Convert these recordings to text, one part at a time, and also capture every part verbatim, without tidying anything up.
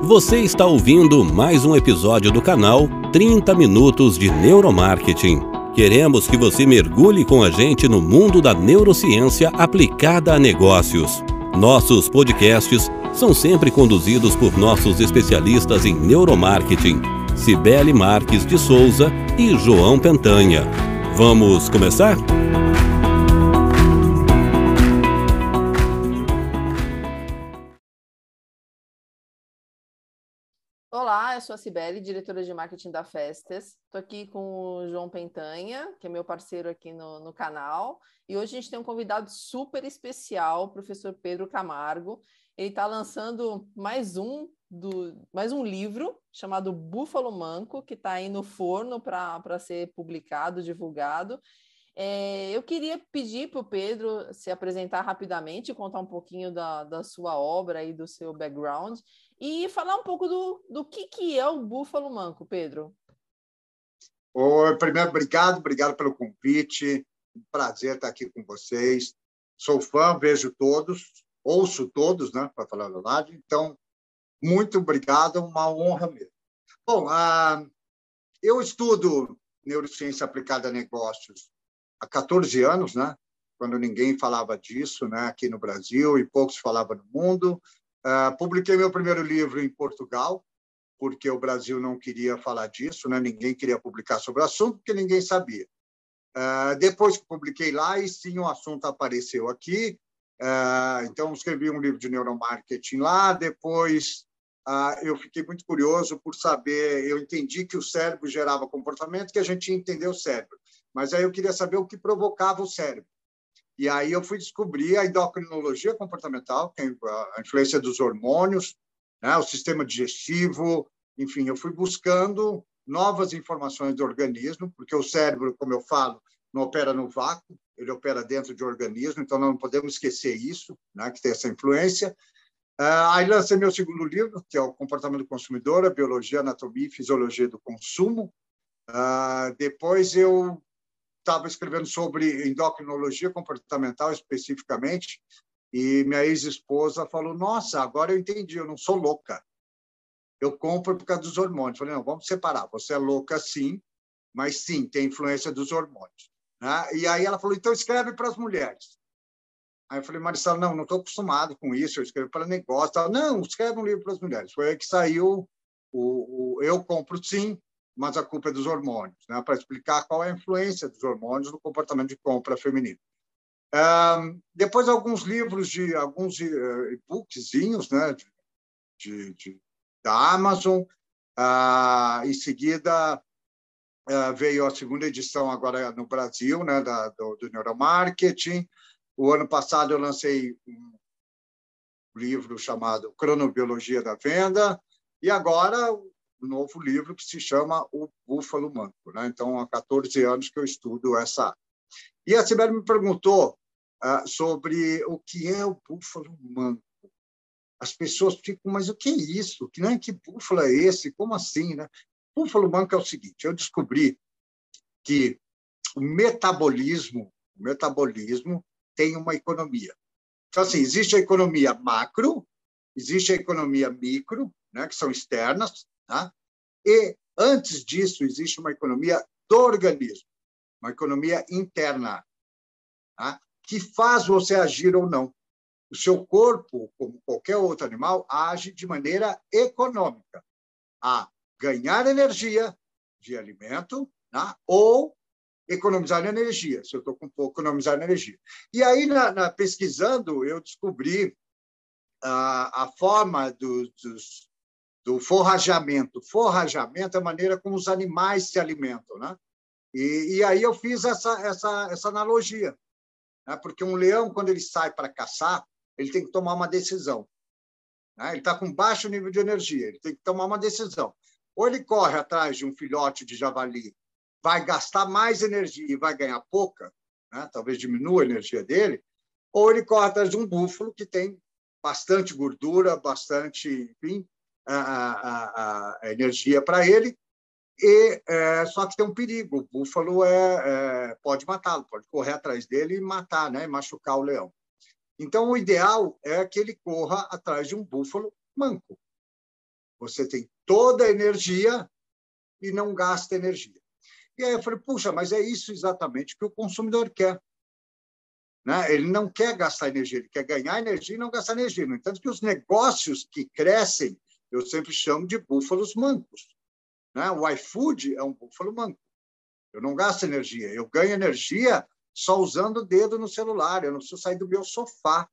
Você está ouvindo mais um episódio do canal trinta Minutos de Neuromarketing. Queremos que você mergulhe com a gente no mundo da neurociência aplicada a negócios. Nossos podcasts são sempre conduzidos por nossos especialistas em neuromarketing, Cibele Marques de Souza e João Pentanha. Vamos começar? Olá, eu sou a Cibele, diretora de marketing da Festas. Estou aqui com o João Pentanha, que é meu parceiro aqui no, no canal. E hoje a gente tem um convidado super especial, o professor Pedro Camargo. Ele está lançando mais um, do, mais um livro chamado Búfalo Manco, que está aí no forno para ser publicado, divulgado. É, eu queria pedir para o Pedro se apresentar rapidamente, contar um pouquinho da, da sua obra e do seu background e falar um pouco do, do que, que é o Búfalo Manco, Pedro. Oi, primeiro, obrigado, obrigado pelo convite. Um prazer estar aqui com vocês. Sou fã, vejo todos, ouço todos, né, para falar a verdade. Então, muito obrigado, uma honra mesmo. Bom, uh, eu estudo neurociência aplicada a negócios há quatorze anos, né? Quando ninguém falava disso, né? Aqui no Brasil e poucos falavam no mundo. Uh, publiquei meu primeiro livro em Portugal, porque o Brasil não queria falar disso, né? Ninguém queria publicar sobre o assunto, porque ninguém sabia. Uh, depois que publiquei lá, e sim, o assunto apareceu aqui. Uh, então, escrevi um livro de neuromarketing lá. Depois, uh, eu fiquei muito curioso por saber, eu entendi que o cérebro gerava comportamento, que a gente ia entender o cérebro. Mas aí eu queria saber o que provocava o cérebro. E aí eu fui descobrir a endocrinologia comportamental, que é a influência dos hormônios, né, o sistema digestivo, enfim, eu fui buscando novas informações do organismo, porque o cérebro, como eu falo, não opera no vácuo, ele opera dentro de organismo, então não podemos esquecer isso, né, que tem essa influência. Uh, aí lancei meu segundo livro, que é o Comportamento do Consumidor, a Biologia, Anatomia e Fisiologia do Consumo. Uh, depois eu estava escrevendo sobre endocrinologia comportamental especificamente, e minha ex-esposa falou, nossa, agora eu entendi, eu não sou louca. Eu compro por causa dos hormônios. Falei, não, vamos separar. Você é louca, sim, mas sim, tem influência dos hormônios. Né? E aí ela falou, então escreve para as mulheres. Aí eu falei, Maricela, não, não estou acostumado com isso, eu escrevo para negócio. Tal. Não, escreve um livro para as mulheres. Foi aí que saiu o, o Eu Compro Sim, mas a culpa é dos hormônios, né? Para explicar qual é a influência dos hormônios no comportamento de compra feminino. Um, depois, alguns livros, de alguns uh, e-bookzinhos, né? de, de, de, da Amazon. Uh, em seguida, uh, veio a segunda edição agora no Brasil, né? da, do, do Neuromarketing. O ano passado, eu lancei um livro chamado Cronobiologia da Venda. E agora um novo livro que se chama O Búfalo Manco. Né? Então, há quatorze anos que eu estudo essa área. E a Cibele me perguntou uh, sobre o que é o búfalo manco. As pessoas ficam, mas o que é isso? Que, né? Que búfalo é esse? Como assim? Né? O búfalo manco é o seguinte, eu descobri que o metabolismo, o metabolismo tem uma economia. Então, assim, existe a economia macro, existe a economia micro, né? Que são externas, tá? E, antes disso, existe uma economia do organismo, uma economia interna, tá? Que faz você agir ou não. O seu corpo, como qualquer outro animal, age de maneira econômica, a ganhar energia de alimento, tá? Ou economizar energia, se eu estou com pouco, economizar energia. E aí, na, na, pesquisando, eu descobri a, a forma dos, dos do forrageamento. Forrageamento é a maneira como os animais se alimentam, né? E, e aí eu fiz essa, essa, essa analogia, né? Porque um leão, quando ele sai para caçar, ele tem que tomar uma decisão. Né? Ele está com baixo nível de energia, ele tem que tomar uma decisão. Ou ele corre atrás de um filhote de javali, vai gastar mais energia e vai ganhar pouca, né? Talvez diminua a energia dele, ou ele corre atrás de um búfalo que tem bastante gordura, bastante, enfim, A, a, a energia para ele, e, é, só que tem um perigo. O búfalo é, é, pode matá-lo, pode correr atrás dele e matar, né, e machucar o leão. Então, o ideal é que ele corra atrás de um búfalo manco. Você tem toda a energia e não gasta energia. E aí eu falei, puxa, mas é isso exatamente que o consumidor quer. Né? Ele não quer gastar energia, ele quer ganhar energia e não gastar energia. No entanto, que os negócios que crescem, eu sempre chamo de búfalos mancos. Né? O iFood é um búfalo manco. Eu não gasto energia, eu ganho energia só usando o dedo no celular, eu não preciso sair do meu sofá.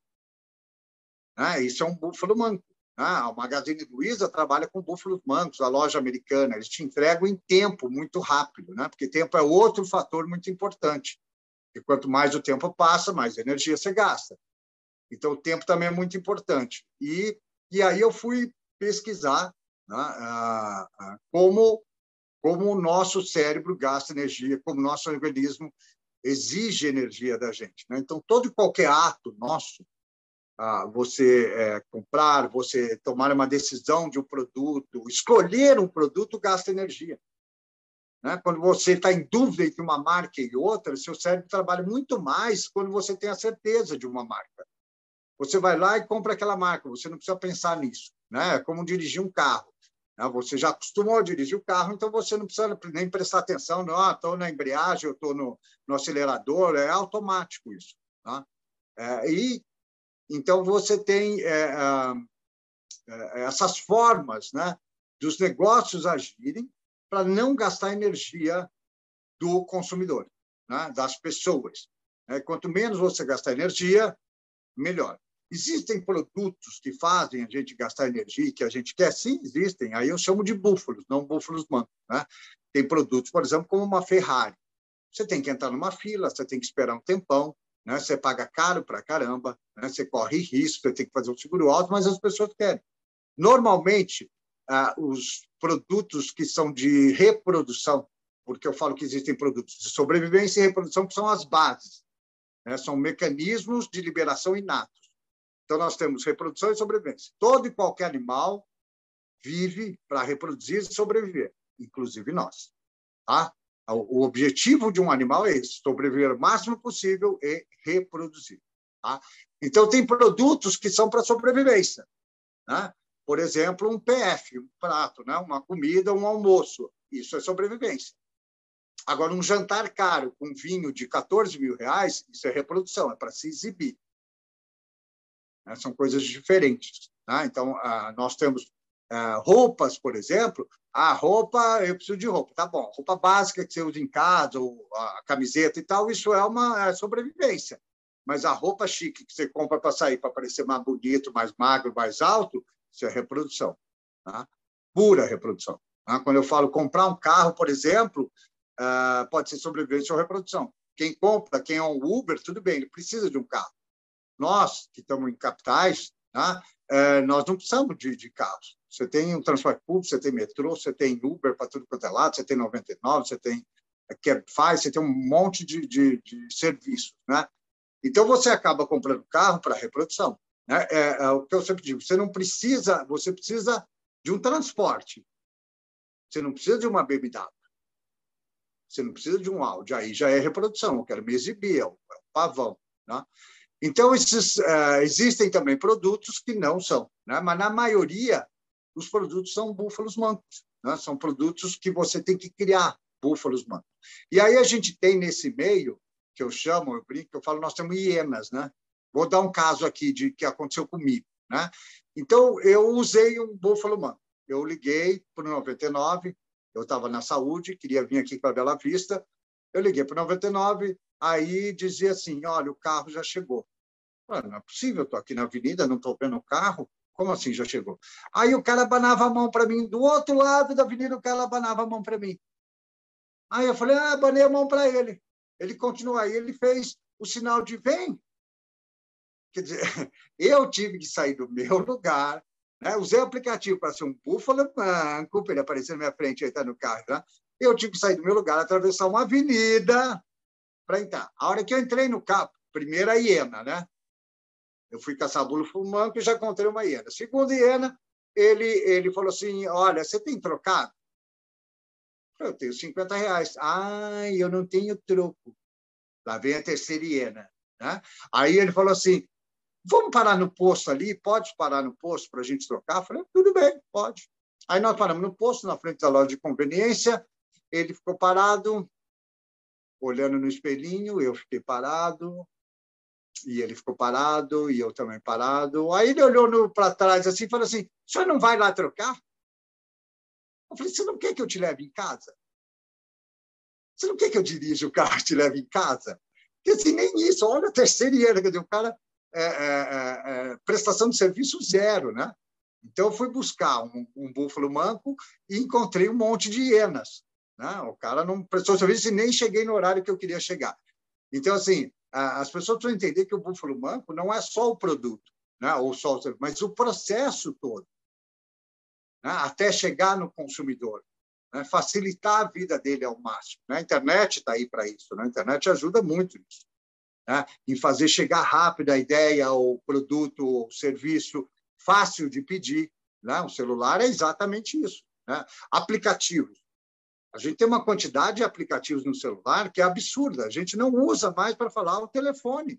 Né? Isso é um búfalo manco. Né? A Magazine Luiza trabalha com búfalos mancos, a loja americana, eles te entregam em tempo muito rápido, né? Porque tempo é outro fator muito importante. E quanto mais o tempo passa, mais energia você gasta. Então, o tempo também é muito importante. E, e aí eu fui pesquisar, né, ah, ah, como como o nosso cérebro gasta energia, como o nosso organismo exige energia da gente. Né? Então, todo e qualquer ato nosso, ah, você é, comprar, você tomar uma decisão de um produto, escolher um produto, gasta energia. Né? Quando você está em dúvida entre uma marca e outra, seu cérebro trabalha muito mais quando você tem a certeza de uma marca. Você vai lá e compra aquela marca, você não precisa pensar nisso. Né? É como dirigir um carro. Você já acostumou a dirigir o carro, então você não precisa nem prestar atenção. Não, ah, estou na embreagem, eu estou no, no acelerador, é automático isso. Tá? É, e, então, você tem é, é, essas formas, né, dos negócios agirem para não gastar energia do consumidor, né, das pessoas. É, quanto menos você gastar energia, melhor. Existem produtos que fazem a gente gastar energia, que a gente quer? Sim, existem. Aí eu chamo de búfalos, não búfalos mancos. Né? Tem produtos, por exemplo, como uma Ferrari. Você tem que entrar numa fila, você tem que esperar um tempão, né? Você paga caro para caramba, né? Você corre risco, você tem que fazer um seguro alto, mas as pessoas querem. Normalmente, ah, os produtos que são de reprodução, porque eu falo que existem produtos de sobrevivência e reprodução, que são as bases, né? São mecanismos de liberação inatos. Então, nós temos reprodução e sobrevivência. Todo e qualquer animal vive para reproduzir e sobreviver, inclusive nós. Tá? O objetivo de um animal é esse, sobreviver o máximo possível e reproduzir. Tá? Então, tem produtos que são para sobrevivência. Né? Por exemplo, um P F, um prato, né? Uma comida, um almoço. Isso é sobrevivência. Agora, um jantar caro com vinho de quatorze mil reais, isso é reprodução, é para se exibir. São coisas diferentes. Tá? Então, ah, nós temos ah, roupas, por exemplo. A roupa, eu preciso de roupa. Tá bom, roupa básica que você usa em casa, ou a camiseta e tal, isso é uma é sobrevivência. Mas a roupa chique que você compra para sair, para parecer mais bonito, mais magro, mais alto, isso é reprodução. Tá? Pura reprodução. Tá? Quando eu falo comprar um carro, por exemplo, ah, pode ser sobrevivência ou reprodução. Quem compra, quem é um Uber, tudo bem, ele precisa de um carro. Nós, que estamos em capitais, né, é, nós não precisamos de, de carros. Você tem um transporte público, você tem metrô, você tem Uber para tudo quanto é lado, você tem noventa e nove, você tem Cabify, você tem um monte de, de, de serviços. Né? Então, você acaba comprando carro para reprodução. Né? É, é o que eu sempre digo, você não precisa, você precisa de um transporte. Você não precisa de uma B M W. Você não precisa de um Audi. Aí já é reprodução, eu quero me exibir, é um pavão. Né? Então, esses, uh, existem também produtos que não são, né? Mas, na maioria, os produtos são búfalos mancos. Né? São produtos que você tem que criar, búfalos mancos. E aí a gente tem nesse meio, que eu chamo, eu brinco, eu falo, nós temos hienas. Né? Vou dar um caso aqui de que aconteceu comigo. Né? Então, eu usei um búfalo manco. Eu liguei para o noventa e nove, eu estava na saúde, queria vir aqui para Bela Vista, eu liguei para o noventa e nove, aí dizia assim, olha, o carro já chegou. Não é possível, estou aqui na avenida, não estou vendo o carro. Como assim já chegou? Aí o cara abanava a mão para mim. Do outro lado da avenida, o cara abanava a mão para mim. Aí eu falei, ah, abanei a mão para ele. Ele continuou aí, ele fez o sinal de vem. Quer dizer, eu tive que sair do meu lugar, né? Usei o aplicativo para ser um búfalo manco, para ele aparecer na minha frente, aí está no carro. Né? Eu tive que sair do meu lugar, atravessar uma avenida para entrar. A hora que eu entrei no carro, primeira hiena, né? Eu fui caçar búfalo manco e já encontrei uma hiena. Segunda hiena, ele, ele falou assim, olha, você tem trocado? Eu tenho cinquenta reais. Ah, eu não tenho troco. Lá vem a terceira hiena. Né? Aí ele falou assim, vamos parar no posto ali? Pode parar no posto para a gente trocar? Eu falei, tudo bem, pode. Aí nós paramos no posto, na frente da loja de conveniência, ele ficou parado, olhando no espelhinho, eu fiquei parado, e ele ficou parado, e eu também parado. Aí ele olhou para trás assim e falou assim, o senhor não vai lá trocar? Eu falei, você não quer que eu te leve em casa? Você não quer que eu dirija o carro e te leve em casa? Porque assim, nem isso, olha a terceira hiena, quer dizer, o cara, é, é, é, prestação de serviço zero, né? Então, eu fui buscar um, um búfalo manco e encontrei um monte de hienas, né? O cara não prestou serviço e nem cheguei no horário que eu queria chegar. Então, assim, as pessoas precisam entender que o búfalo manco não é só o produto, né? Ou só o serviço, mas o processo todo, né? Até chegar no consumidor, né? Facilitar a vida dele ao máximo, né? A internet está aí para isso, né? A internet ajuda muito nisso, né? Em fazer chegar rápido a ideia, o produto, o serviço, fácil de pedir, né? O celular é exatamente isso, né? Aplicativos. A gente tem uma quantidade de aplicativos no celular que é absurda. A gente não usa mais para falar ao telefone.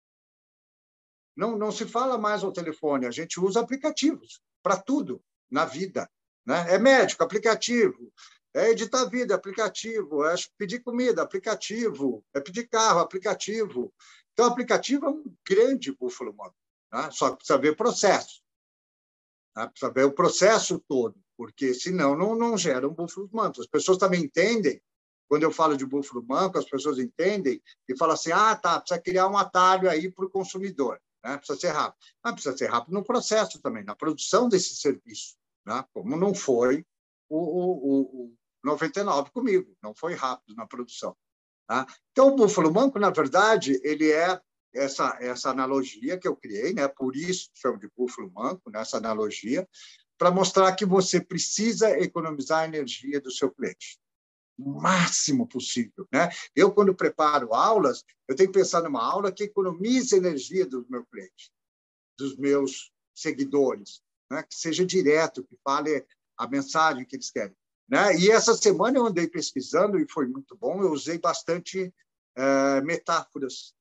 Não, não se fala mais ao telefone. A gente usa aplicativos para tudo na vida, né? É médico, aplicativo. É editar vídeo, aplicativo. É pedir comida, aplicativo. É pedir carro, aplicativo. Então, o aplicativo é um grande búfalo manco, né? Só precisa ver processo. Precisa ver o processo todo, porque senão não, não geram búfalos mancos. As pessoas também entendem, quando eu falo de búfalo manco, as pessoas entendem e falam assim, ah, tá, precisa criar um atalho aí para o consumidor, né? Precisa ser rápido. Mas precisa ser rápido no processo também, na produção desse serviço, né? Como não foi o, o, o noventa e nove comigo, não foi rápido na produção. Tá? Então, o búfalo manco, na verdade, ele é essa, essa analogia que eu criei, né? Por isso chamo de búfalo manco, nessa analogia, para mostrar que você precisa economizar a energia do seu cliente o máximo possível, né? Eu, quando preparo aulas, eu tenho que pensar numa aula que economize a energia do meu cliente, dos meus seguidores, né? Que seja direto, que fale a mensagem que eles querem, né? E essa semana eu andei pesquisando e foi muito bom, eu usei bastante é, metáforas.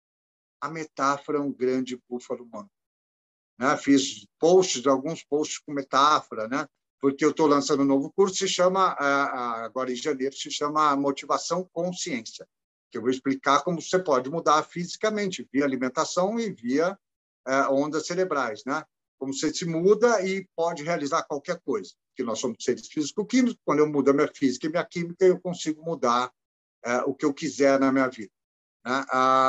A metáfora é um grande búfalo manco, né? Fiz posts, alguns posts com metáfora, né? Porque eu estou lançando um novo curso, se chama, agora em janeiro, se chama Motivação Consciência, que eu vou explicar como você pode mudar fisicamente, via alimentação e via ondas cerebrais, né? Como você se muda e pode realizar qualquer coisa, porque nós somos seres físico-químicos, quando eu mudo a minha física e minha química, eu consigo mudar o que eu quiser na minha vida, né?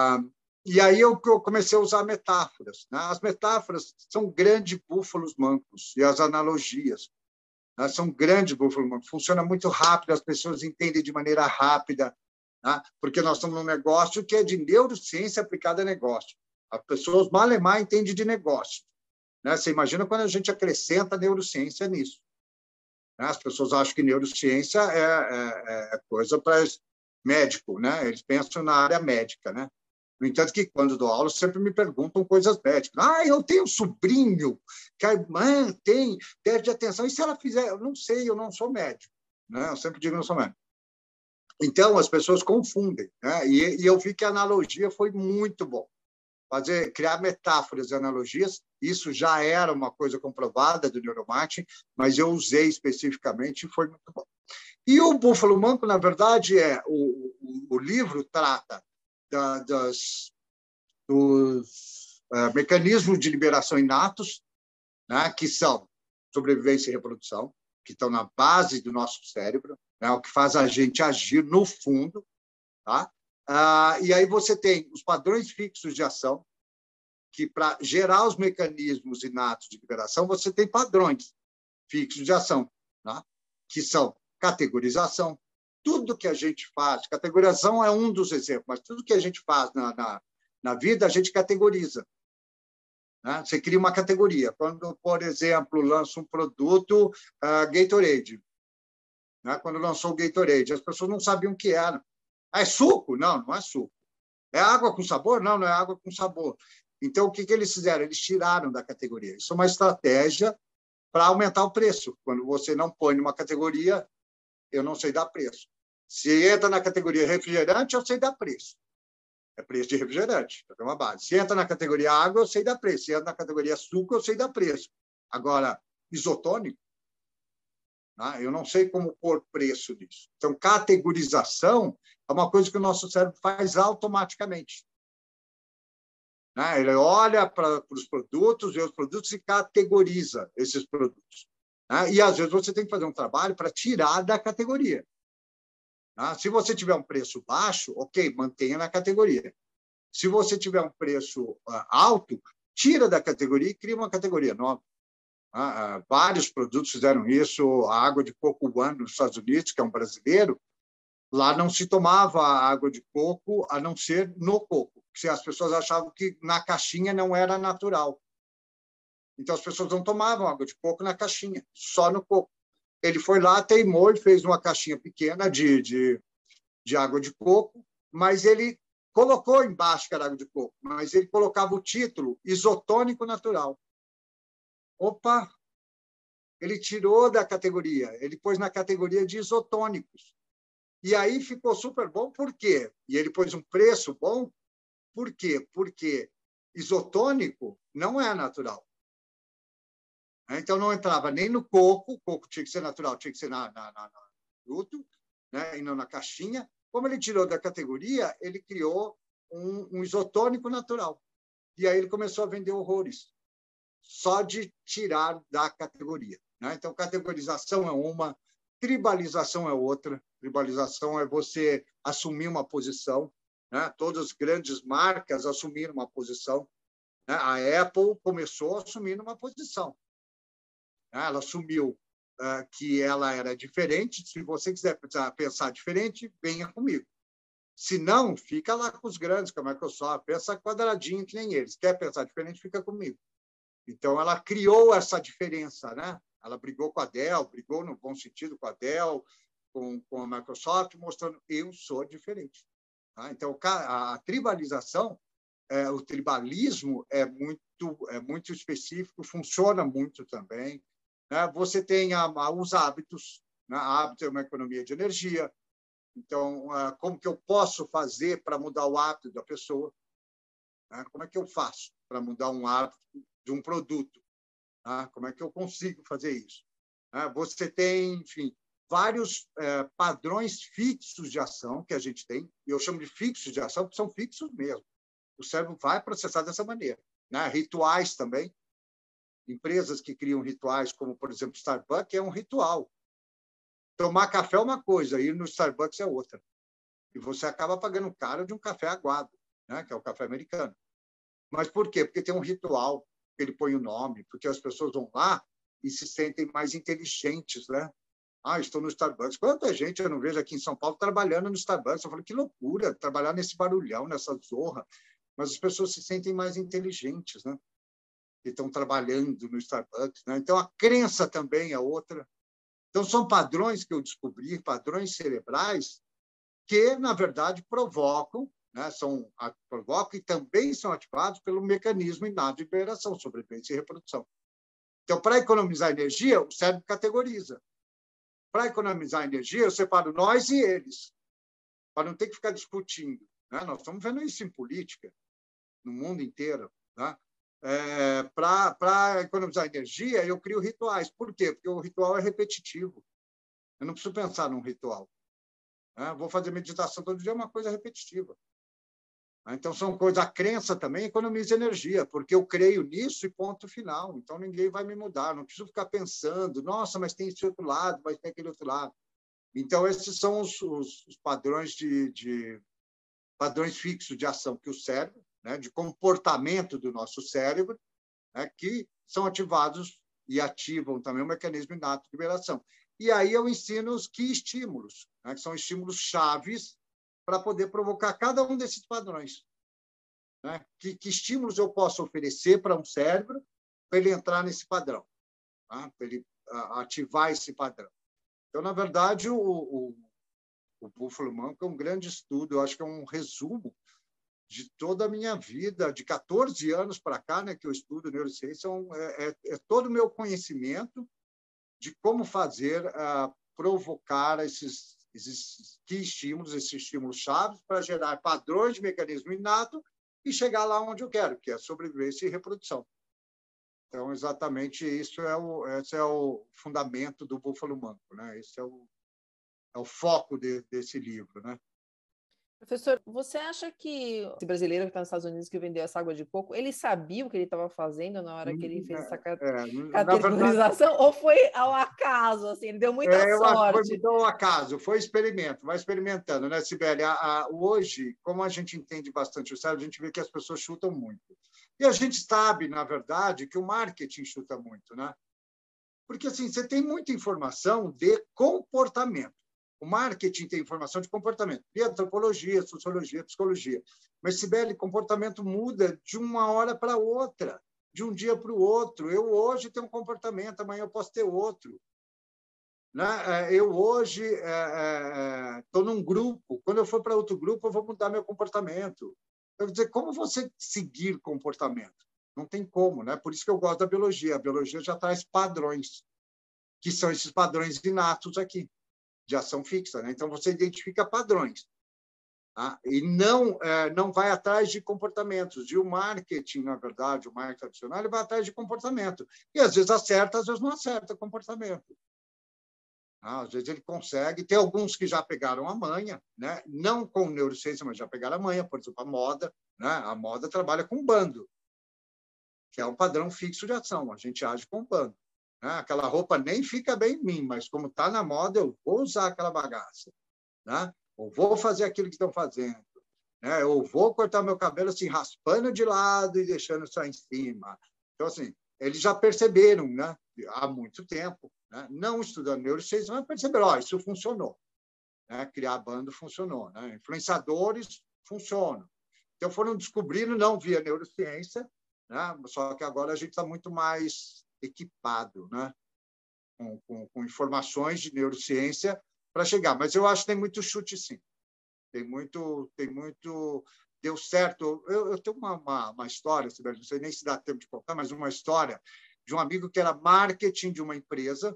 E aí eu comecei a usar metáforas, né? As metáforas são grandes búfalos mancos, e as analogias, né? São grandes búfalos mancos. Funciona muito rápido, as pessoas entendem de maneira rápida, né? Porque nós estamos num negócio que é de neurociência aplicada a negócio. As pessoas, mal e mal, entendem de negócio, né? Você imagina quando a gente acrescenta neurociência nisso, né? As pessoas acham que neurociência é, é, é coisa para médico, né? Eles pensam na área médica, né? No entanto, que quando dou aula, sempre me perguntam coisas médicas. Ah, eu tenho um sobrinho que a irmã tem déficit de atenção. E se ela fizer? Eu não sei, eu não sou médico, né? Eu sempre digo que não sou médico. Então, as pessoas confundem, né? E, e eu vi que a analogia foi muito bom. Fazer, criar metáforas e analogias, isso já era uma coisa comprovada do neuromarketing, mas eu usei especificamente e foi muito bom. E o búfalo manco, na verdade, é o, o, o livro trata Da, das, dos uh, mecanismos de liberação inatos, né, que são sobrevivência e reprodução, que estão na base do nosso cérebro, né, o que faz a gente agir no fundo. Tá? Uh, e aí você tem os padrões fixos de ação, que para gerar os mecanismos inatos de liberação, você tem padrões fixos de ação, tá? Que são categorização. Tudo que a gente faz, categorização é um dos exemplos, mas tudo que a gente faz na, na, na vida, a gente categoriza, né? Você cria uma categoria. Quando, por exemplo, lança um produto, uh, Gatorade, né? Quando lançou o Gatorade, as pessoas não sabiam o que era. Ah, é suco? Não, não é suco. É água com sabor? Não, não é água com sabor. Então, o que, que eles fizeram? Eles tiraram da categoria. Isso é uma estratégia para aumentar o preço. Quando você não põe numa categoria, eu não sei dar preço. Se entra na categoria refrigerante, eu sei dar preço. É preço de refrigerante, é uma base. Se entra na categoria água, eu sei dar preço. Se entra na categoria suco, eu sei dar preço. Agora, isotônico, Tá? Eu não sei como pôr preço nisso. Então, categorização é uma coisa que o nosso cérebro faz automaticamente. Né? Ele olha para os produtos, vê os produtos e categoriza esses produtos. Né? E, às vezes, você tem que fazer um trabalho para tirar da categoria. Né? Se você tiver um preço baixo, ok, mantenha na categoria. Se você tiver um preço alto, tira da categoria e cria uma categoria nova. Ah, ah, vários produtos fizeram isso. A água de coco One nos Estados Unidos, que é um brasileiro, lá não se tomava água de coco a não ser no coco. Porque as pessoas achavam que na caixinha não era natural. Então, as pessoas não tomavam água de coco na caixinha, só no coco. Ele foi lá, teimou e fez uma caixinha pequena de, de, de água de coco, mas ele colocou embaixo que era água de coco, mas ele colocava o título isotônico natural. Opa! Ele tirou da categoria, ele pôs na categoria de isotônicos. E aí ficou super bom, por quê? E ele pôs um preço bom, por quê? Porque isotônico não é natural. Então, não entrava nem no coco, o coco tinha que ser natural, tinha que ser na, na, na, na fruto, né? E não na caixinha. Como ele tirou da categoria, ele criou um, um isotônico natural. E aí ele começou a vender horrores, só de tirar da categoria. Né? Então, categorização é uma, tribalização é outra. Tribalização é você assumir uma posição. Né? Todas as grandes marcas assumiram uma posição. Né? A Apple começou assumindo uma posição. Ela assumiu uh, que ela era diferente. Se você quiser pensar diferente, venha comigo. Se não, fica lá com os grandes, com a Microsoft. Pensa quadradinho que nem eles. Quer pensar diferente, fica comigo. Então, ela criou essa diferença. Né? Ela brigou com a Dell, brigou no bom sentido com a Dell, com, com a Microsoft, mostrando eu sou diferente. Tá? Então, a, a tribalização, é, o tribalismo é muito, é muito específico, funciona muito também. Você tem os hábitos, né? Hábito é uma economia de energia. Então, como que eu posso fazer para mudar o hábito da pessoa? Como é que eu faço para mudar um hábito de um produto? Como é que eu consigo fazer isso? Você tem, enfim, vários padrões fixos de ação que a gente tem, e eu chamo de fixos de ação, porque são fixos mesmo. O cérebro vai processar dessa maneira. Rituais também. Empresas que criam rituais, como, por exemplo, Starbucks, é um ritual. Tomar café é uma coisa, ir no Starbucks é outra. E você acaba pagando caro de um café aguado, né? Que é o café americano. Mas por quê? Porque tem um ritual, que ele põe o nome, porque as pessoas vão lá e se sentem mais inteligentes, né? Ah, estou no Starbucks. Quanta gente eu não vejo aqui em São Paulo trabalhando no Starbucks? Eu falo, que loucura, trabalhar nesse barulhão, nessa zorra. Mas as pessoas se sentem mais inteligentes, né? Que estão trabalhando no Starbucks. Né? Então, a crença também é outra. Então, são padrões que eu descobri, padrões cerebrais, que, na verdade, provocam, né? são, provocam e também são ativados pelo mecanismo inato de liberação, sobrevivência e reprodução. Então, para economizar energia, o cérebro categoriza. Para economizar energia, eu separo nós e eles, para não ter que ficar discutindo. Né? Nós estamos vendo isso em política, no mundo inteiro. Né? É, para economizar energia, eu crio rituais. Por quê? Porque o ritual é repetitivo. Eu não preciso pensar num ritual. Né? Vou fazer meditação todo dia, é uma coisa repetitiva. Então, são coisas... A crença também economiza energia, porque eu creio nisso e ponto final. Então, ninguém vai me mudar. Não preciso ficar pensando, nossa, mas tem esse outro lado, mas tem aquele outro lado. Então, esses são os, os, os padrões de, de padrões fixos de ação que o cérebro, né, de comportamento do nosso cérebro, né, que são ativados e ativam também o mecanismo inato de liberação. E aí eu ensino os que estímulos, né, que são estímulos chaves para poder provocar cada um desses padrões. Né? Que, que estímulos eu posso oferecer para um cérebro para ele entrar nesse padrão, tá? Para ele ativar esse padrão. Então, na verdade, o, o, o Buffalo Monk é um grande estudo, eu acho que é um resumo de toda a minha vida, de catorze anos para cá, né, que eu estudo neurociência, é, é, é todo o meu conhecimento de como fazer, uh, provocar esses, esses estímulos, esses estímulos chaves, para gerar padrões de mecanismo inato e chegar lá onde eu quero, que é sobrevivência e reprodução. Então, exatamente isso é o, esse é o fundamento do Búfalo Manco, né? Esse é o, é o foco de, desse livro, né? Professor, você acha que esse brasileiro que está nos Estados Unidos que vendeu essa água de coco, ele sabia o que ele estava fazendo na hora que ele fez essa É, é, na verdade, categorização ou foi ao acaso, assim, ele deu muita é, eu acho que foi sorte? muito ao acaso, foi experimento, vai experimentando, né, Sibeli? A, a, hoje, como a gente entende bastante o cérebro, a gente vê que as pessoas chutam muito. E a gente sabe, na verdade, que o marketing chuta muito, né? Porque assim, você tem muita informação de comportamento. O marketing tem informação de comportamento, de antropologia, sociologia, psicologia. Mas, Sibeli, comportamento muda de uma hora para outra, de um dia para o outro. Eu hoje tenho um comportamento, amanhã eu posso ter outro. Né? Eu hoje estou é, é, num grupo, quando eu for para outro grupo, eu vou mudar meu comportamento. Quer dizer, como você seguir comportamento? Não tem como, né? Por isso que eu gosto da biologia. A biologia já traz padrões, que são esses padrões inatos aqui, de ação fixa, né? Então, você identifica padrões, tá? E não, é, não vai atrás de comportamentos. E o marketing, na verdade, o marketing tradicional, ele vai atrás de comportamento. E, às vezes, acerta, às vezes, não acerta comportamento. Ah, às vezes, ele consegue. Tem alguns que já pegaram a manha, né? Não com neurociência, mas já pegaram a manha. Por exemplo, a moda. Né? A moda trabalha com bando, que é um padrão fixo de ação. A gente age com bando. Aquela roupa nem fica bem em mim, mas como está na moda, eu vou usar aquela bagaça, né? Ou vou fazer aquilo que estão fazendo, né? Eu vou cortar meu cabelo assim, raspando de lado e deixando só em cima. Então, assim, eles já perceberam, né? Há muito tempo, né? Não estudando neurociência, mas perceberam, ó, isso funcionou, né? Criar bando funcionou, né? Influenciadores funcionam. Então, foram descobrindo, não via neurociência, né? Só que agora a gente está muito mais equipado, né? com, com, com informações de neurociência para chegar. Mas eu acho que tem muito chute, sim. Tem muito... Tem muito... Deu certo. Eu, eu tenho uma, uma, uma história, não sei nem se dá tempo de contar, mas uma história de um amigo que era marketing de uma empresa,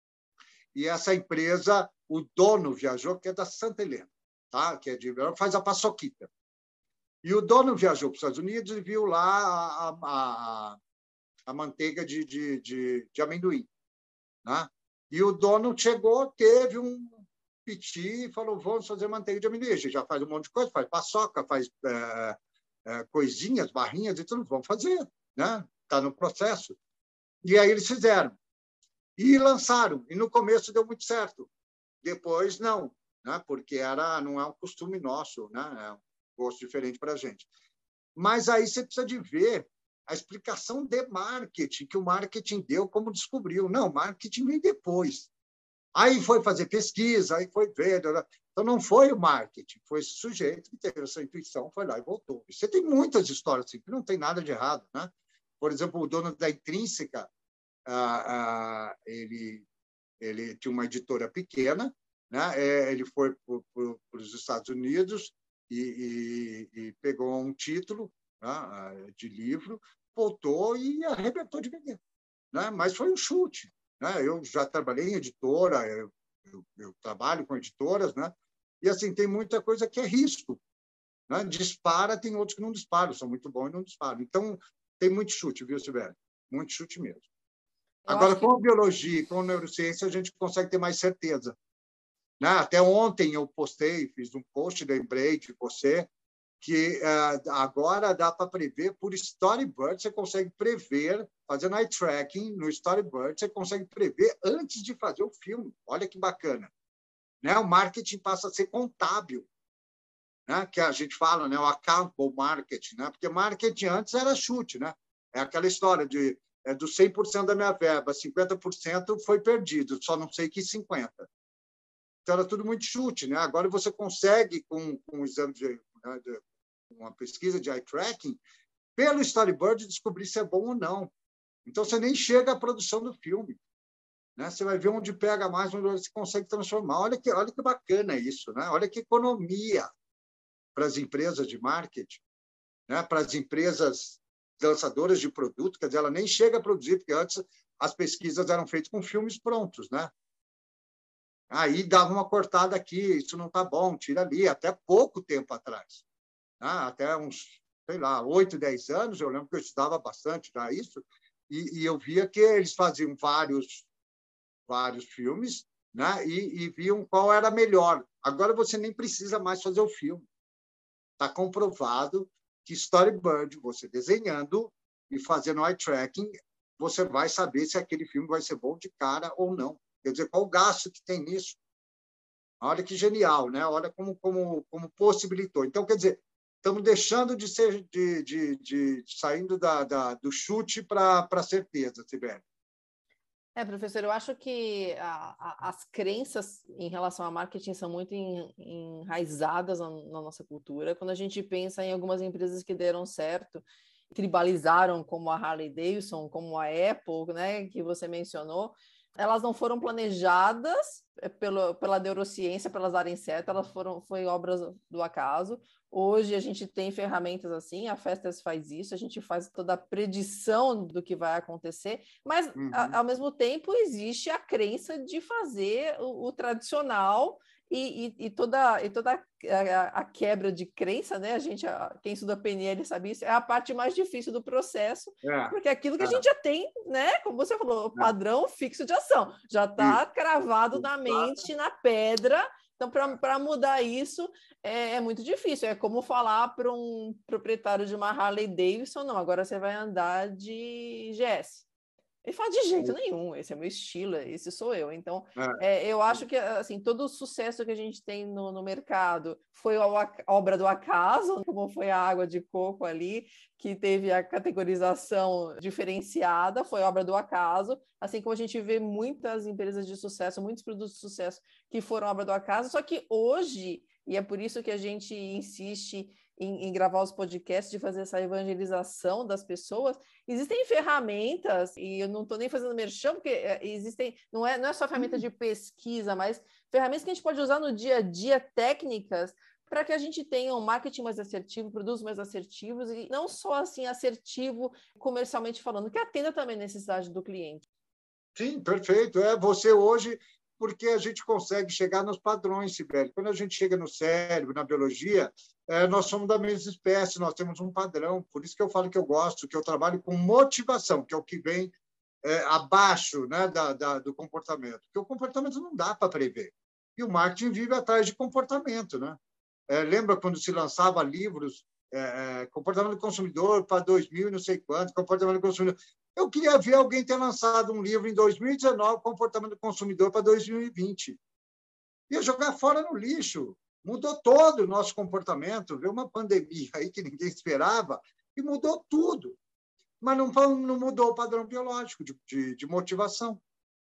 e essa empresa, o dono viajou, que é da Santa Helena, tá? Que é de, faz a paçoquita. E o dono viajou para os Estados Unidos e viu lá a, a, a manteiga de, de, de, de amendoim. Né? E o dono chegou, teve um piti e falou, vamos fazer manteiga de amendoim. A gente já faz um monte de coisa, faz paçoca, faz é, é, coisinhas, barrinhas e tudo, vamos fazer. Né? Está no processo. E aí eles fizeram. E lançaram. E no começo deu muito certo. Depois, não. Né? Porque era, não é um costume nosso, né? É um gosto diferente para a gente. Mas aí você precisa de ver a explicação de marketing, que o marketing deu, como descobriu. Não, marketing vem depois. Aí foi fazer pesquisa, aí foi ver. Então, não foi o marketing, foi esse sujeito que teve essa intuição, foi lá e voltou. Você tem muitas histórias assim, que não tem nada de errado. Né? Por exemplo, o dono da Intrínseca, ah, ah, ele, ele tinha uma editora pequena, né? Ele foi para os Estados Unidos e, e, e pegou um título, né, de livro, voltou e arrebentou de vender. Né? Mas foi um chute. Né? Eu já trabalhei em editora, eu, eu, eu trabalho com editoras, né? E assim, tem muita coisa que é risco. Né? Dispara, tem outros que não disparam, são muito bons e não disparam. Então, tem muito chute, viu, Sibeli? Muito chute mesmo. Eu Agora, com a biologia e com a neurociência, a gente consegue ter mais certeza. Né? Até ontem eu postei, fiz um post, lembrei de você, que uh, agora dá para prever por storyboard, você consegue prever, fazendo eye tracking no storyboard, você consegue prever antes de fazer o filme. Olha que bacana. Né? O marketing passa a ser contábil, né? Que a gente fala, né? O accountable marketing, né? Porque marketing antes era chute, né? É aquela história de é, dos cem por cento da minha verba, cinquenta por cento foi perdido, só não sei que cinquenta por cento. Então, era tudo muito chute. Né? Agora, você consegue, com, com o exame de, né, de uma pesquisa de eye tracking, pelo storyboard, descobrir se é bom ou não. Então, você nem chega à produção do filme. Né? Você vai ver onde pega mais, onde você consegue transformar. Olha que, olha que bacana isso. Né? Olha que economia para as empresas de marketing, né? Para as empresas lançadoras de produto. Quer dizer, ela nem chega a produzir, porque antes as pesquisas eram feitas com filmes prontos. Né? Aí dava uma cortada aqui, isso não está bom, tira ali, até pouco tempo atrás. Ah, até uns, sei lá, oito, dez anos, eu lembro que eu estudava bastante já isso, e, e eu via que eles faziam vários, vários filmes, né? e, e viam qual era melhor. Agora você nem precisa mais fazer o filme. Está comprovado que storyboard, você desenhando e fazendo eye tracking, você vai saber se aquele filme vai ser bom de cara ou não. Quer dizer, qual o gasto que tem nisso? Olha que genial, né? Olha como, como, como possibilitou. Então, quer dizer, estamos deixando de ser, de, de, de, de saindo da, da, do chute para a certeza, Sibeli. É, professor, eu acho que a, a, as crenças em relação a marketing são muito en, enraizadas na, na nossa cultura. Quando a gente pensa em algumas empresas que deram certo, tribalizaram, como a Harley Davidson, como a Apple, né, que você mencionou, elas não foram planejadas pelo, pela neurociência para elas darem certo, elas foram foi obras do acaso. Hoje a gente tem ferramentas assim, a Festas faz isso, a gente faz toda a predição do que vai acontecer, mas uhum. a, ao mesmo tempo existe a crença de fazer o, o tradicional e, e, e toda, e toda a, a quebra de crença, né? A gente, a, quem estuda P N L sabe isso, é a parte mais difícil do processo, é, porque aquilo que é. a gente já tem, né? Como você falou, o padrão é. fixo de ação, já está cravado isso. na mente, na pedra. Então, para mudar isso, é, é muito difícil. É como falar para um proprietário de uma Harley Davidson, não, agora você vai andar de G S. Ele fala, de jeito nenhum, esse é meu estilo, esse sou eu. Então, é. É, eu acho que assim, todo o sucesso que a gente tem no, no mercado foi a, a obra do acaso, como foi a água de coco ali, que teve a categorização diferenciada, foi obra do acaso, assim como a gente vê muitas empresas de sucesso, muitos produtos de sucesso que foram obra do acaso, só que hoje, e é por isso que a gente insiste em, em gravar os podcasts, de fazer essa evangelização das pessoas, existem ferramentas, e eu não estou nem fazendo merchan, porque existem, não é, não é só ferramenta de pesquisa, mas ferramentas que a gente pode usar no dia a dia, técnicas, para que a gente tenha um marketing mais assertivo, produtos mais assertivos, e não só assim assertivo comercialmente falando, que atenda também a necessidade do cliente. Sim, perfeito. É você hoje, porque a gente consegue chegar nos padrões, Sibeli. Quando a gente chega no cérebro, na biologia, é, nós somos da mesma espécie, nós temos um padrão. Por isso que eu falo que eu gosto, que eu trabalho com motivação, que é o que vem é, abaixo, né, da, da, do comportamento. Porque o comportamento não dá para prever. E o marketing vive atrás de comportamento, né? É, lembra quando se lançava livros, é, é, comportamento do consumidor para dois mil e não sei quanto, comportamento do consumidor. Eu queria ver alguém ter lançado um livro em dois mil e dezenove, comportamento do consumidor para dois mil e vinte. Ia jogar fora no lixo. Mudou todo o nosso comportamento. Veio uma pandemia aí que ninguém esperava e mudou tudo. Mas não, não mudou o padrão biológico de, de, de motivação.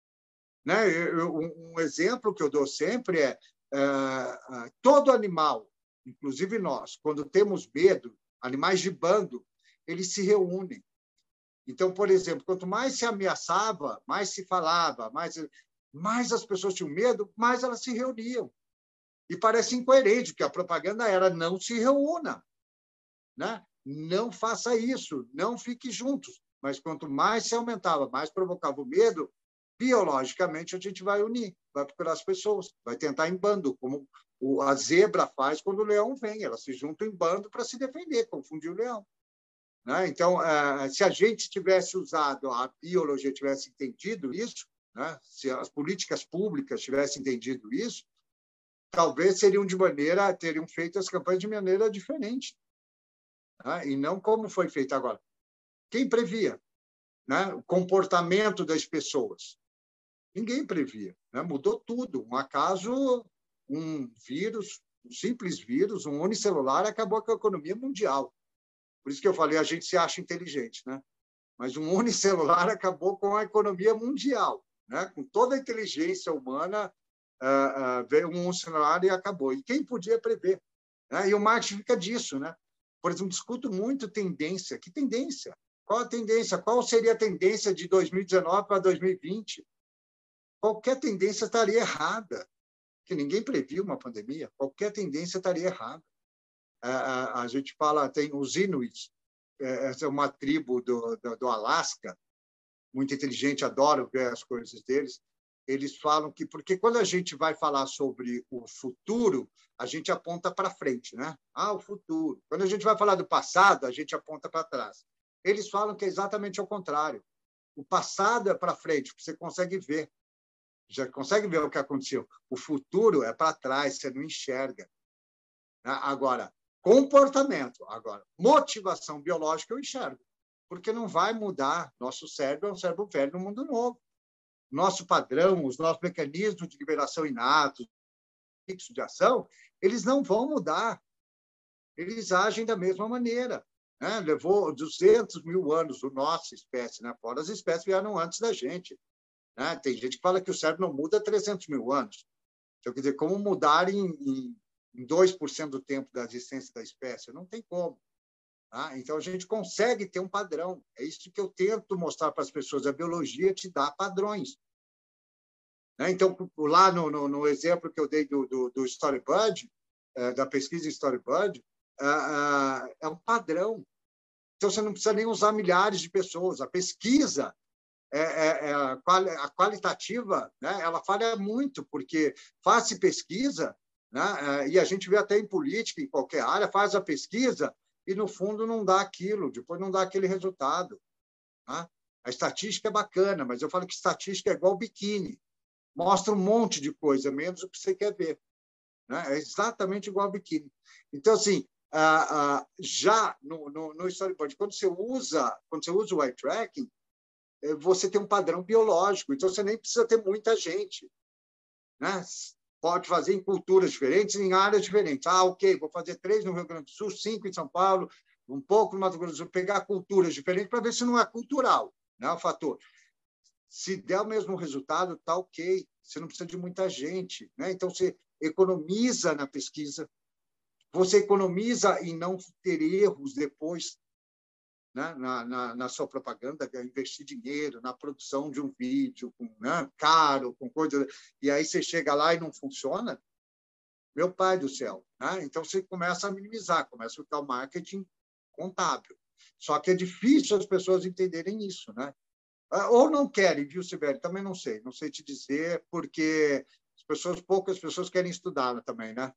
Né? Eu, um exemplo que eu dou sempre é, é todo animal, inclusive nós, quando temos medo, animais de bando, eles se reúnem. Então, por exemplo, quanto mais se ameaçava, mais se falava, mais, mais as pessoas tinham medo, mais elas se reuniam. E parece incoerente, porque a propaganda era não se reúna, né? Não faça isso, não fique juntos. Mas quanto mais se aumentava, mais provocava o medo, biologicamente a gente vai unir, vai procurar as pessoas, vai tentar em bando, como a zebra faz quando o leão vem. Elas se juntam em bando para se defender, confundir o leão. Né? Então, se a gente tivesse usado, a biologia tivesse entendido isso, né? Se as políticas públicas tivessem entendido isso, talvez seriam de maneira, teriam feito as campanhas de maneira diferente. Né? E não como foi feito agora. Quem previa? Né? O comportamento das pessoas. Ninguém previa. Né? Mudou tudo. Um acaso, um vírus, um simples vírus, um unicelular, acabou com a economia mundial. Por isso que eu falei, a gente se acha inteligente, né? Mas um unicelular acabou com a economia mundial, né? Com toda a inteligência humana, uh, uh, veio um unicelular e acabou. E quem podia prever? Né? E o marketing fica disso, né? Por exemplo, discuto muito tendência. Que tendência? Qual a tendência? Qual seria a tendência de dois mil e dezenove para dois mil e vinte? Qualquer tendência estaria errada, porque ninguém previu uma pandemia. Qualquer tendência estaria errada. A, a gente fala, tem os Inuits, essa é uma tribo do, do, do Alasca, muito inteligente, adoro ver as coisas deles. Eles falam que, porque quando a gente vai falar sobre o futuro, a gente aponta para frente, né? Ah, o futuro. Quando a gente vai falar do passado, a gente aponta para trás. Eles falam que é exatamente ao contrário. O passado é para frente, você consegue ver. Já consegue ver o que aconteceu. O futuro é para trás, você não enxerga. Agora, comportamento, agora, motivação biológica eu enxergo, porque não vai mudar. Nosso cérebro é um cérebro velho no mundo novo. Nosso padrão, os nossos mecanismos de liberação inatos, fixo de ação, eles não vão mudar. Eles agem da mesma maneira. Né? Levou duzentos mil anos a nossa espécie, né? Fora as espécies vieram antes da gente. Né? Tem gente que fala que o cérebro não muda há trezentos mil anos. Então, quer dizer, como mudar em, em, em dois por cento do tempo da existência da espécie? Não tem como. Tá? Então, a gente consegue ter um padrão. É isso que eu tento mostrar para as pessoas. A biologia te dá padrões. Né? Então, lá no, no, no exemplo que eu dei do, do, do Storybud, é, da pesquisa em Storybud, é, é um padrão. Então, você não precisa nem usar milhares de pessoas. A pesquisa É, é, é a, quali, a qualitativa, né? Ela falha muito, porque faz-se pesquisa, né? É, e a gente vê até em política, em qualquer área, faz a pesquisa e, no fundo, não dá aquilo, depois não dá aquele resultado. Né? A estatística é bacana, mas eu falo que estatística é igual biquíni. Mostra um monte de coisa, menos o que você quer ver. Né? É exatamente igual ao biquíni. Então, assim, ah, ah, já no, no, no Storyboard, quando você usa, quando você usa o eye tracking, você tem um padrão biológico, então você nem precisa ter muita gente. Né? Pode fazer em culturas diferentes, em áreas diferentes. Ah, ok, vou fazer três no Rio Grande do Sul, cinco em São Paulo, um pouco no Mato Grosso do Sul, pegar culturas diferentes para ver se não é cultural, né, o fator. Se der o mesmo resultado, está ok, você não precisa de muita gente. Né? Então, você economiza na pesquisa, você economiza em não ter erros depois, né? na, na, na sua propaganda, investir dinheiro na produção de um vídeo com, né? caro, com coisa, e aí você chega lá e não funciona, meu pai do céu. Né? Então, você começa a minimizar, começa a ficar o marketing contábil. Só que é difícil as pessoas entenderem isso. Né? Ou não querem, viu, Sibeli? Também não sei, não sei te dizer, porque as pessoas, poucas pessoas querem estudar também, né?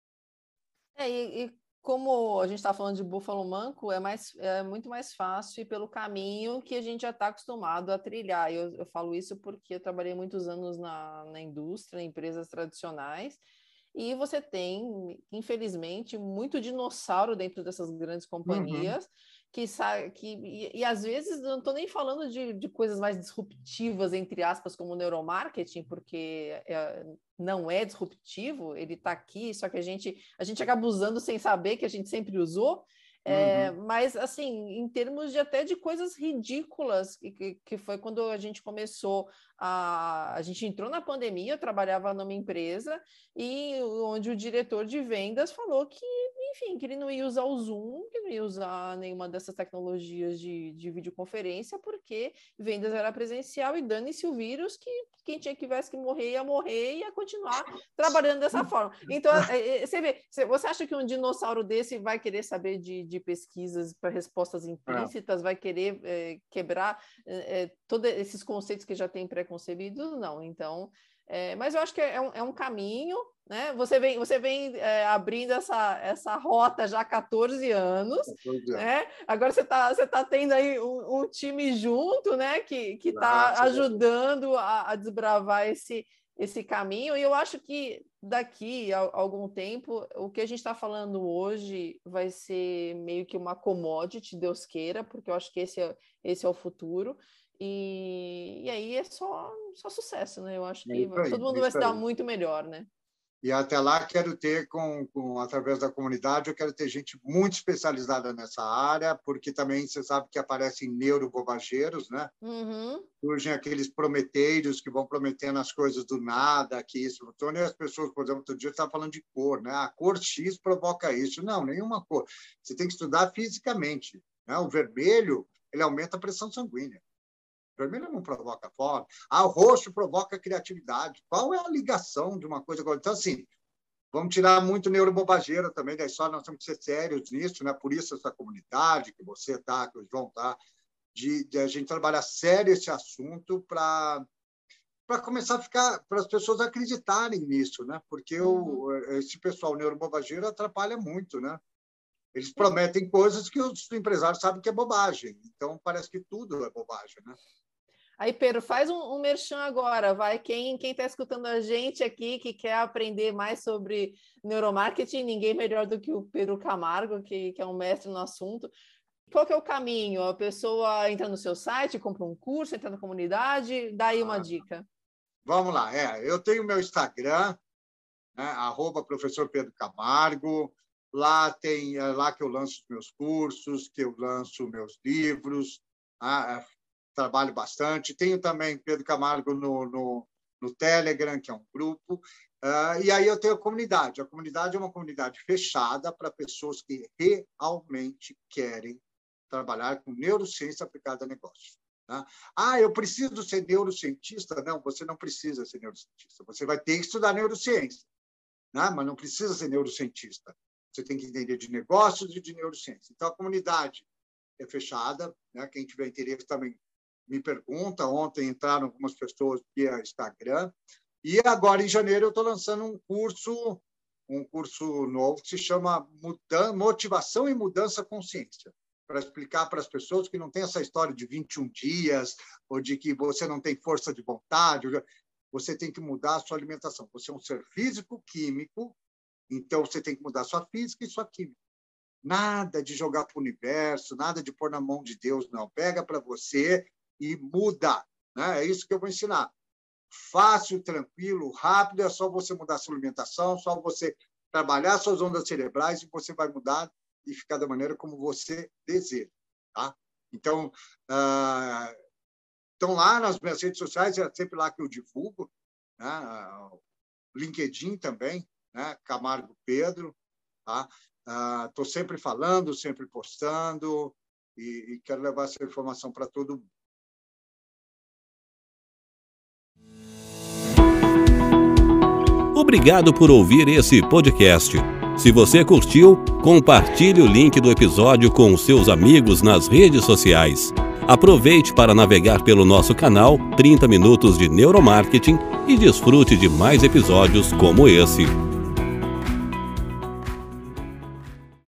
É, e, e como a gente está falando de búfalo manco, é, mais, é muito mais fácil ir pelo caminho que a gente já está acostumado a trilhar. Eu, eu falo isso porque eu trabalhei muitos anos na, na indústria, em empresas tradicionais, e você tem, infelizmente, muito dinossauro dentro dessas grandes companhias, uhum. que, que e, e às vezes não estou nem falando de, de coisas mais disruptivas, entre aspas, como o neuromarketing, porque é, não é disruptivo, ele está aqui, só que a gente, a gente acaba usando sem saber que a gente sempre usou. É, uhum. Mas, assim, em termos de até de coisas ridículas, que, que foi quando a gente começou a... A gente entrou na pandemia, eu trabalhava numa empresa, e onde o diretor de vendas falou que, enfim, que ele não ia usar o Zoom, que não ia usar nenhuma dessas tecnologias de, de videoconferência, porque vendas era presencial e dane-se o vírus, que quem tinha que tivesse que morrer ia morrer e ia continuar trabalhando dessa forma. Então, você vê, você acha que um dinossauro desse vai querer saber de de pesquisas para respostas implícitas, é. vai querer é, quebrar é, todos esses conceitos que já tem preconcebidos? Não, então... É, mas eu acho que é um, é um caminho, né? Você vem, você vem é, abrindo essa, essa rota já há quatorze anos, né? Agora você está você tá tendo aí um, um time junto, né? Que está ajudando a, a desbravar esse, esse caminho, e eu acho que daqui a algum tempo, o que a gente está falando hoje vai ser meio que uma commodity, Deus queira, porque eu acho que esse é, esse é o futuro, e, e aí é só, só sucesso, né? Eu acho que é aí, todo mundo vai se dar muito melhor, né? E até lá quero ter, com, com, através da comunidade, eu quero ter gente muito especializada nessa área, porque também você sabe que aparecem neurobobageiros, né? Uhum. Surgem aqueles prometeiros que vão prometendo as coisas do nada, que isso... E as pessoas, por exemplo, outro dia estavam falando de cor, né? A cor X provoca isso. Não, nenhuma cor. Você tem que estudar fisicamente. Né? O vermelho, ele aumenta a pressão sanguínea. O vermelho não provoca fome. Ah, o roxo provoca criatividade. Qual é a ligação de uma coisa com a outra? Então, assim, vamos tirar muito neurobobageira também da história, nós temos que ser sérios nisso, né? Por isso essa comunidade que você está, que o João está, de, de a gente trabalhar sério esse assunto para para começar a ficar, para as pessoas acreditarem nisso, né? Porque uhum. o, esse pessoal neurobobageiro atrapalha muito, né? Eles prometem coisas que os empresários sabem que é bobagem. Então, parece que tudo é bobagem, né? Aí, Pedro, faz um, um merchan agora, vai. Quem quem está escutando a gente aqui, que quer aprender mais sobre neuromarketing, ninguém melhor do que o Pedro Camargo, que, que é um mestre no assunto. Qual que é o caminho? A pessoa entra no seu site, compra um curso, entra na comunidade, dá aí uma ah, dica. Vamos lá. É, eu tenho meu Instagram, né, arroba professor Pedro Camargo. Lá tem é lá que eu lanço os meus cursos, que eu lanço meus livros. Ah, trabalho bastante. Tenho também Pedro Camargo no, no, no Telegram, que é um grupo. Uh, e aí eu tenho a comunidade. A comunidade é uma comunidade fechada para pessoas que realmente querem trabalhar com neurociência aplicada a negócios. Tá? Ah, eu preciso ser neurocientista? Não, você não precisa ser neurocientista. Você vai ter que estudar neurociência, né? Mas não precisa ser neurocientista. Você tem que entender de negócios e de neurociência. Então, a comunidade é fechada, né? Quem tiver interesse também me pergunta. Ontem entraram algumas pessoas via Instagram. E agora, em janeiro, eu estou lançando um curso, um curso novo que se chama Motivação e Mudança Consciência, para explicar para as pessoas que não tem essa história de vinte e um dias, ou de que você não tem força de vontade, você tem que mudar a sua alimentação. Você é um ser físico-químico, então você tem que mudar a sua física e sua química. Nada de jogar para o universo, nada de pôr na mão de Deus, não. Pega para você e muda. Né? É isso que eu vou ensinar. Fácil, tranquilo, rápido, é só você mudar a sua alimentação, só você trabalhar suas ondas cerebrais e você vai mudar e ficar da maneira como você deseja. Tá? Então, uh, então, lá nas minhas redes sociais, é sempre lá que eu divulgo, né? LinkedIn também, né? Camargo Pedro. Tá? Estou uh, sempre falando, sempre postando e, e quero levar essa informação para todo mundo. Obrigado por ouvir esse podcast. Se você curtiu, compartilhe o link do episódio com seus amigos nas redes sociais. Aproveite para navegar pelo nosso canal trinta Minutos de Neuromarketing e desfrute de mais episódios como esse.